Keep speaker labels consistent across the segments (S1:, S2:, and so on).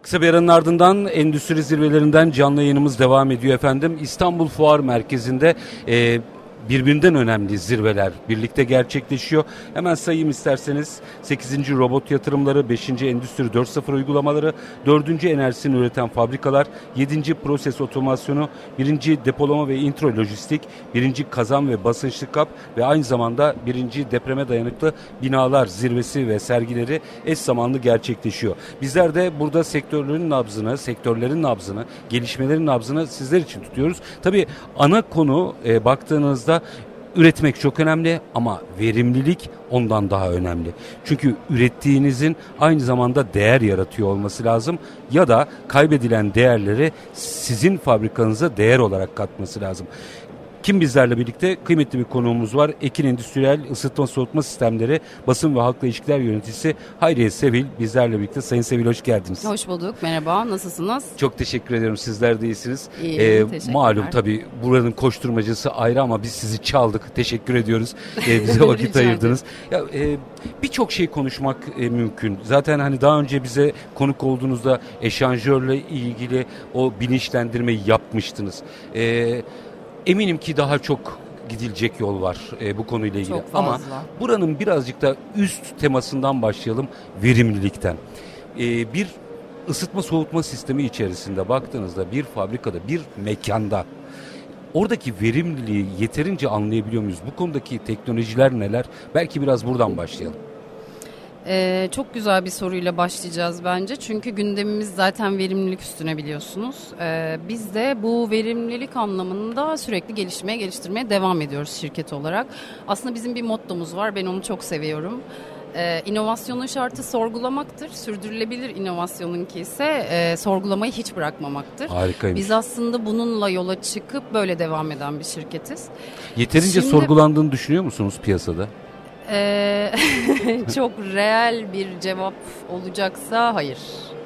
S1: Kısa bir aranın ardından endüstri zirvelerinden canlı yayınımız devam ediyor efendim. İstanbul Fuar Merkezi'nde birbirinden önemli zirveler birlikte gerçekleşiyor. Hemen sayayım isterseniz: 8. robot yatırımları, 5. Endüstri 4.0 uygulamaları, 4. enerjisini üreten fabrikalar, 7. proses otomasyonu, 1. depolama ve intralojistik, 1. kazan ve basınçlı kap ve aynı zamanda 1. depreme dayanıklı binalar zirvesi ve sergileri eş zamanlı gerçekleşiyor. Bizler de burada sektörlerin nabzını, gelişmelerin nabzını sizler için tutuyoruz. Tabii ana konu baktığınızda üretmek çok önemli ama verimlilik ondan daha önemli. Çünkü ürettiğinizin aynı zamanda değer yaratıyor olması lazım ya da kaybedilen değerleri sizin fabrikanıza değer olarak katması lazım. Kim bizlerle birlikte? Kıymetli bir konuğumuz var. Ekin Endüstriyel Isıtma Soğutma Sistemleri Basın ve Halkla İlişkiler Yöneticisi Hayriye Sevil bizlerle birlikte. Sayın Sevil, hoş geldiniz.
S2: Hoş bulduk. Merhaba. Nasılsınız?
S1: Çok teşekkür ederim. Sizler de iyisiniz.
S2: İyiyim. Teşekkürler.
S1: Malum tabii buranın koşturmacası ayrı ama biz sizi çaldık. Teşekkür ediyoruz. Bize vakit ayırdınız. Ya, birçok şey konuşmak mümkün. Zaten hani daha önce bize konuk olduğunuzda eşanjörle ilgili o bilinçlendirmeyi yapmıştınız. Eminim ki daha çok gidilecek yol var bu konuyla ilgili. Ama buranın birazcık da üst temasından başlayalım, verimlilikten. Bir ısıtma soğutma sistemi içerisinde baktığınızda bir fabrikada, bir mekanda oradaki verimliliği yeterince anlayabiliyor muyuz? Bu konudaki teknolojiler neler? Belki biraz buradan başlayalım.
S2: Çok güzel bir soruyla başlayacağız bence. Çünkü gündemimiz zaten verimlilik üstüne, biliyorsunuz. Biz de bu verimlilik anlamında sürekli geliştirmeye devam ediyoruz şirket olarak. Aslında bizim bir mottomuz var. Ben onu çok seviyorum. İnovasyonun şartı sorgulamaktır. Sürdürülebilir inovasyonunki ise sorgulamayı hiç bırakmamaktır.
S1: Harikaymış.
S2: Biz aslında bununla yola çıkıp böyle devam eden bir şirketiz.
S1: Yeterince sorgulandığını düşünüyor musunuz piyasada?
S2: Çok reel bir cevap olacaksa hayır.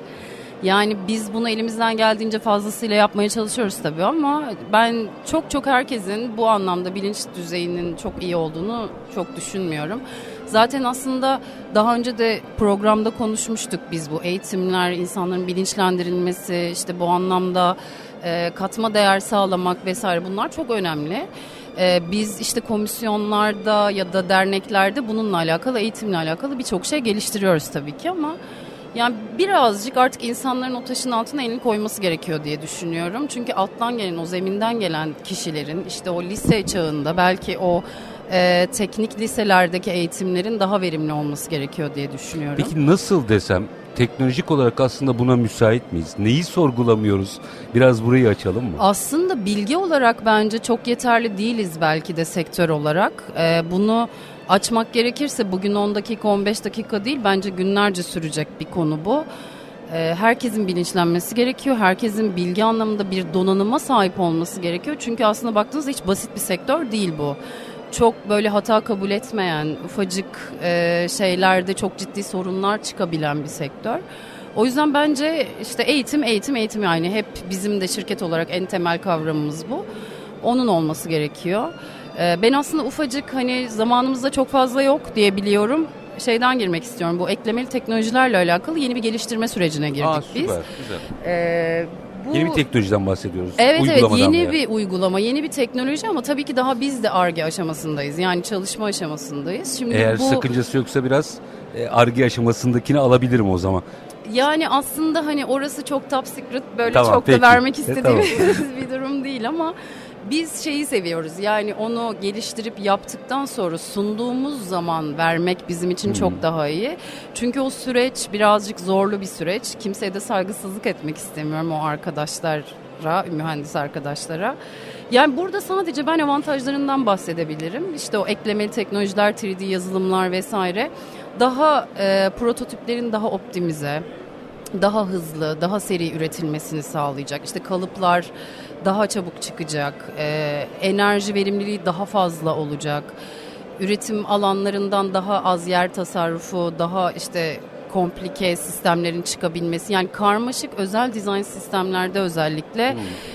S2: Yani biz bunu elimizden geldiğince fazlasıyla yapmaya çalışıyoruz tabii ama ben çok herkesin bu anlamda bilinç düzeyinin çok iyi olduğunu çok düşünmüyorum. Zaten aslında daha önce de programda konuşmuştuk biz, bu eğitimler, insanların bilinçlendirilmesi, işte bu anlamda katma değer sağlamak vesaire, bunlar çok önemli. Biz işte komisyonlarda ya da derneklerde bununla alakalı, eğitimle alakalı birçok şey geliştiriyoruz tabii ki ama yani birazcık artık insanların o taşın altına elini koyması gerekiyor diye düşünüyorum. Çünkü alttan gelen, o zeminden gelen kişilerin işte o lise çağında belki o teknik liselerdeki eğitimlerin daha verimli olması gerekiyor diye düşünüyorum.
S1: Peki nasıl desem, teknolojik olarak aslında buna müsait miyiz? Neyi sorgulamıyoruz? Biraz burayı açalım mı?
S2: Aslında bilgi olarak bence çok yeterli değiliz belki de sektör olarak. Bunu açmak gerekirse bugün 10 dakika 15 dakika değil, bence günlerce sürecek bir konu bu. Herkesin bilinçlenmesi gerekiyor. Herkesin bilgi anlamında bir donanıma sahip olması gerekiyor. Çünkü aslında baktığınızda hiç basit bir sektör değil bu. Çok böyle hata kabul etmeyen, ufacık şeylerde çok ciddi sorunlar çıkabilen bir sektör. O yüzden bence işte eğitim yani hep bizim de şirket olarak en temel kavramımız bu. Onun olması gerekiyor. Ben aslında ufacık, hani zamanımızda çok fazla yok diye biliyorum. Şeyden girmek istiyorum. Bu eklemeli teknolojilerle alakalı yeni bir geliştirme sürecine girdik biz.
S1: Süper, güzel. Yeni bir teknolojiden bahsediyoruz.
S2: Evet, yeni bir uygulama, yeni bir teknoloji ama tabii ki daha biz de Ar-Ge aşamasındayız. Yani çalışma aşamasındayız. Şimdi
S1: eğer sakıncası yoksa biraz Ar-Ge aşamasındakini alabilirim o zaman.
S2: Yani aslında hani orası çok top secret, böyle
S1: tamam,
S2: çok
S1: peki.
S2: da vermek istediğimiz
S1: Tamam.
S2: bir durum değil ama biz şeyi seviyoruz. Yani onu geliştirip yaptıktan sonra sunduğumuz zaman vermek bizim için çok daha iyi. Çünkü o süreç birazcık zorlu bir süreç. Kimseye de saygısızlık etmek istemiyorum o arkadaşlara, mühendis arkadaşlara. Yani burada sadece ben avantajlarından bahsedebilirim. İşte o eklemeli teknolojiler, 3D yazılımlar vesaire. Daha prototiplerin daha optimize, daha hızlı, daha seri üretilmesini sağlayacak. İşte kalıplar daha çabuk çıkacak, enerji verimliliği daha fazla olacak, üretim alanlarından daha az yer tasarrufu, daha işte komplike sistemlerin çıkabilmesi, yani karmaşık özel dizayn sistemlerde özellikle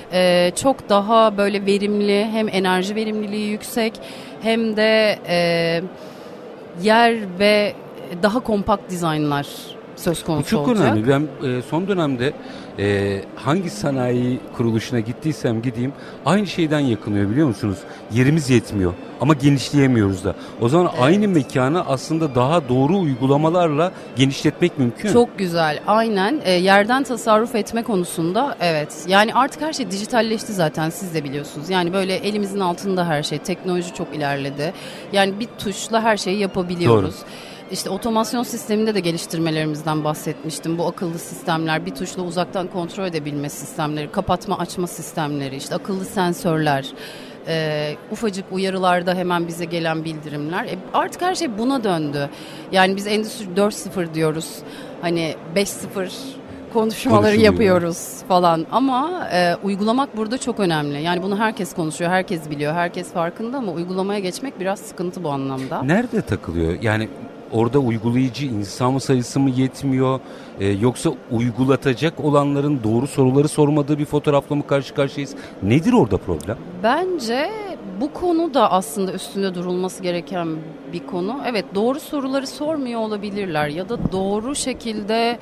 S2: çok daha böyle verimli, hem enerji verimliliği yüksek hem de yer ve daha kompakt dizaynlar söz
S1: Bu
S2: konusu
S1: çok
S2: olacak.
S1: önemli. Ben son dönemde hangi sanayi kuruluşuna gittiysem gideyim aynı şeyden yakınıyor, biliyor musunuz? Yerimiz yetmiyor ama genişleyemiyoruz da. O zaman aynı mekanı aslında daha doğru uygulamalarla genişletmek mümkün.
S2: Çok güzel. Aynen. Yerden tasarruf etme konusunda evet. Yani artık her şey dijitalleşti zaten, siz de biliyorsunuz. Yani böyle elimizin altında her şey. Teknoloji çok ilerledi. Yani bir tuşla her şeyi yapabiliyoruz.
S1: Doğru.
S2: İşte otomasyon sisteminde de geliştirmelerimizden bahsetmiştim. Bu akıllı sistemler, bir tuşla uzaktan kontrol edebilme sistemleri, kapatma açma sistemleri, işte akıllı sensörler, ufacık uyarılarda hemen bize gelen bildirimler. Artık her şey buna döndü. Yani biz Endüstri 4.0 diyoruz. Hani 5.0 konuşmaları yapıyoruz falan ama uygulamak burada çok önemli. Yani bunu herkes konuşuyor, herkes biliyor, herkes farkında ama uygulamaya geçmek biraz sıkıntı bu anlamda.
S1: Nerede takılıyor? Yani orada uygulayıcı insan sayısı mı yetmiyor? Yoksa uygulatacak olanların doğru soruları sormadığı bir fotoğrafla mı karşı karşıyayız? Nedir orada problem?
S2: Bence bu konu da aslında üstünde durulması gereken bir konu. Evet, doğru soruları sormuyor olabilirler ya da doğru şekilde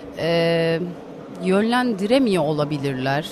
S2: yönlendiremiyor olabilirler.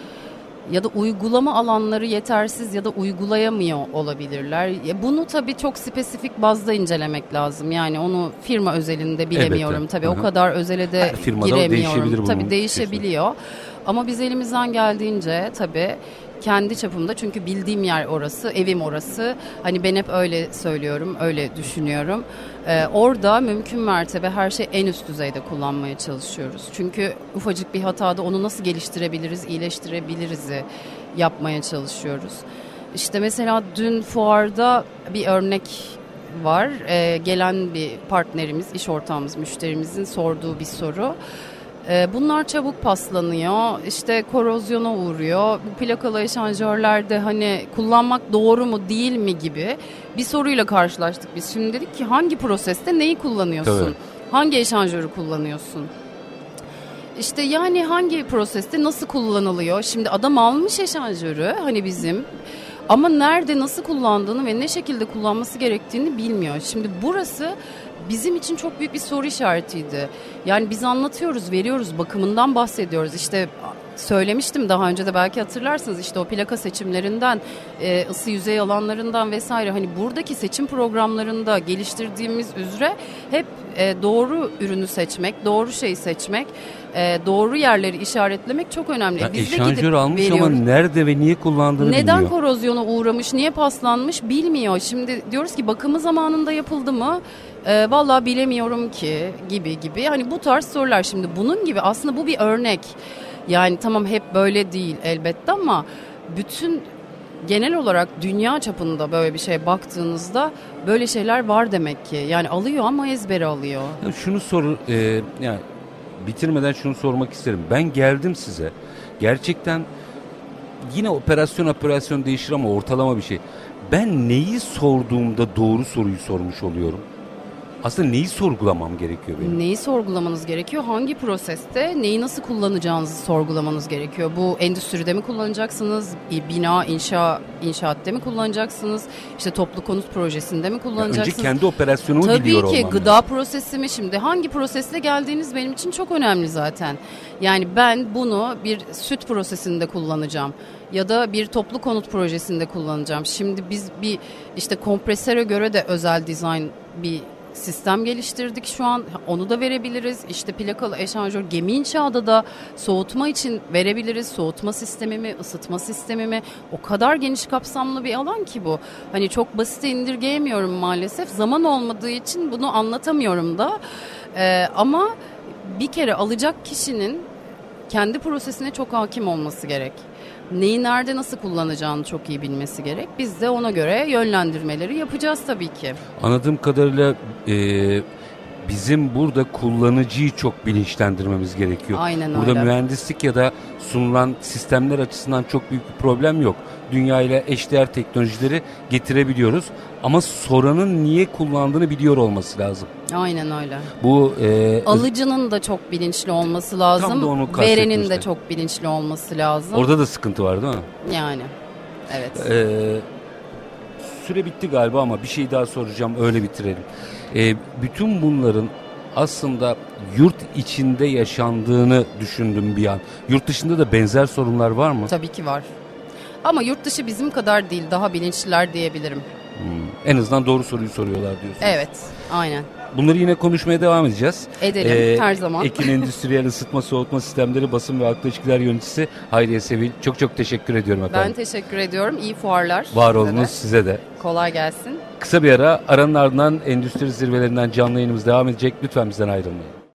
S2: Ya da uygulama alanları yetersiz ya da uygulayamıyor olabilirler. Bunu tabii çok spesifik bazda incelemek lazım. Yani onu firma özelinde bilemiyorum.
S1: Evet,
S2: tabii o kadar özele de giremiyorum. Tabii değişebiliyor. Ama biz elimizden geldiğince tabii kendi çapımda, çünkü bildiğim yer orası, evim orası. Hani ben hep öyle söylüyorum, öyle düşünüyorum. Orada mümkün mertebe her şeyi en üst düzeyde kullanmaya çalışıyoruz. Çünkü ufacık bir hatada onu nasıl geliştirebiliriz, iyileştirebiliriz'i yapmaya çalışıyoruz. İşte mesela dün fuarda bir örnek var. Gelen bir partnerimiz, iş ortağımız, müşterimizin sorduğu bir soru. Bunlar çabuk paslanıyor, işte korozyona uğruyor. Bu plakalı eşanjörlerde hani kullanmak doğru mu değil mi gibi bir soruyla karşılaştık biz. Şimdi dedik ki hangi proseste neyi kullanıyorsun?
S1: Tabii.
S2: Hangi eşanjörü kullanıyorsun? İşte yani hangi proseste nasıl kullanılıyor? Şimdi adam almış eşanjörü hani bizim, ama nerede nasıl kullandığını ve ne şekilde kullanması gerektiğini bilmiyor. Şimdi burası bizim için çok büyük bir soru işaretiydi. Yani biz anlatıyoruz, veriyoruz, bakımından bahsediyoruz. İşte söylemiştim daha önce de, belki hatırlarsınız, işte o plaka seçimlerinden, ısı yüzey alanlarından vesaire. Hani buradaki seçim programlarında geliştirdiğimiz üzere hep doğru ürünü seçmek, doğru şeyi seçmek, doğru yerleri işaretlemek çok önemli.
S1: Yani
S2: biz de
S1: eşanjör almış
S2: veriyoruz.
S1: ama nerede ve niye kullandığını bilmiyor.
S2: Neden korozyona uğramış, niye paslanmış bilmiyor. Şimdi diyoruz ki bakımı zamanında yapıldı mı? Vallahi bilemiyorum ki gibi. Hani bu tarz sorular. Şimdi bunun gibi aslında bu bir örnek. Yani tamam hep böyle değil elbette ama bütün genel olarak dünya çapında böyle bir şeye baktığınızda böyle şeyler var demek ki. Yani alıyor ama ezbere alıyor.
S1: Ya şunu yani bitirmeden şunu sormak isterim. Ben geldim size. Gerçekten yine operasyon değişir ama ortalama bir şey. Ben neyi sorduğumda doğru soruyu sormuş oluyorum? Aslında neyi sorgulamam gerekiyor benim?
S2: Neyi sorgulamanız gerekiyor? Hangi proseste neyi nasıl kullanacağınızı sorgulamanız gerekiyor? Bu endüstride mi kullanacaksınız? Bina, inşaatte mi kullanacaksınız? İşte toplu konut projesinde mi kullanacaksınız?
S1: Önce kendi operasyonumu biliyor olmam.
S2: Tabii ki gıda prosesi mi şimdi? Hangi prosesle geldiğiniz benim için çok önemli zaten. Yani ben bunu bir süt prosesinde kullanacağım. Ya da bir toplu konut projesinde kullanacağım. Şimdi biz bir işte kompresöre göre de özel dizayn bir sistem geliştirdik şu an. Onu da verebiliriz. İşte plakalı eşanjör, gemi inşaatı da soğutma için verebiliriz. Soğutma sistemi mi, ısıtma sistemi mi? O kadar geniş kapsamlı bir alan ki bu. Hani çok basite indirgeyemiyorum maalesef. Zaman olmadığı için bunu anlatamıyorum da. Ama bir kere alacak kişinin kendi prosesine çok hakim olması gerek. Neyi nerede nasıl kullanacağını çok iyi bilmesi gerek. Biz de ona göre yönlendirmeleri yapacağız tabii ki.
S1: Anladığım kadarıyla bizim burada kullanıcıyı çok bilinçlendirmemiz gerekiyor.
S2: Aynen
S1: burada
S2: öyle.
S1: Mühendislik ya da sunulan sistemler açısından çok büyük bir problem yok. Dünya ile eşdeğer teknolojileri getirebiliyoruz. Ama soranın niye kullandığını biliyor olması lazım.
S2: Aynen öyle.
S1: Bu
S2: alıcının da çok bilinçli olması lazım. Verenin de çok bilinçli olması lazım.
S1: Orada da sıkıntı var değil mi?
S2: Yani. Evet.
S1: Süre bitti galiba ama bir şey daha soracağım, öyle bitirelim. Bütün bunların aslında yurt içinde yaşandığını düşündüm bir an. Yurt dışında da benzer sorunlar var mı?
S2: Tabii ki var. Ama yurt dışı bizim kadar değil, daha bilinçliler diyebilirim.
S1: En azından doğru soruyu soruyorlar diyorsunuz.
S2: Evet, aynen.
S1: Bunları yine konuşmaya devam edeceğiz.
S2: Edelim, her zaman.
S1: Ekin Endüstriyel Isıtma Soğutma Sistemleri Basın ve Halkla İlişkiler Yöneticisi Hayriye Sevil. Çok çok teşekkür ediyorum efendim.
S2: Ben teşekkür ediyorum. İyi fuarlar.
S1: Var olunuz size de.
S2: Kolay gelsin.
S1: Kısa bir ara, aranın ardından endüstri zirvelerinden canlı yayınımız devam edecek. Lütfen bizden ayrılmayın.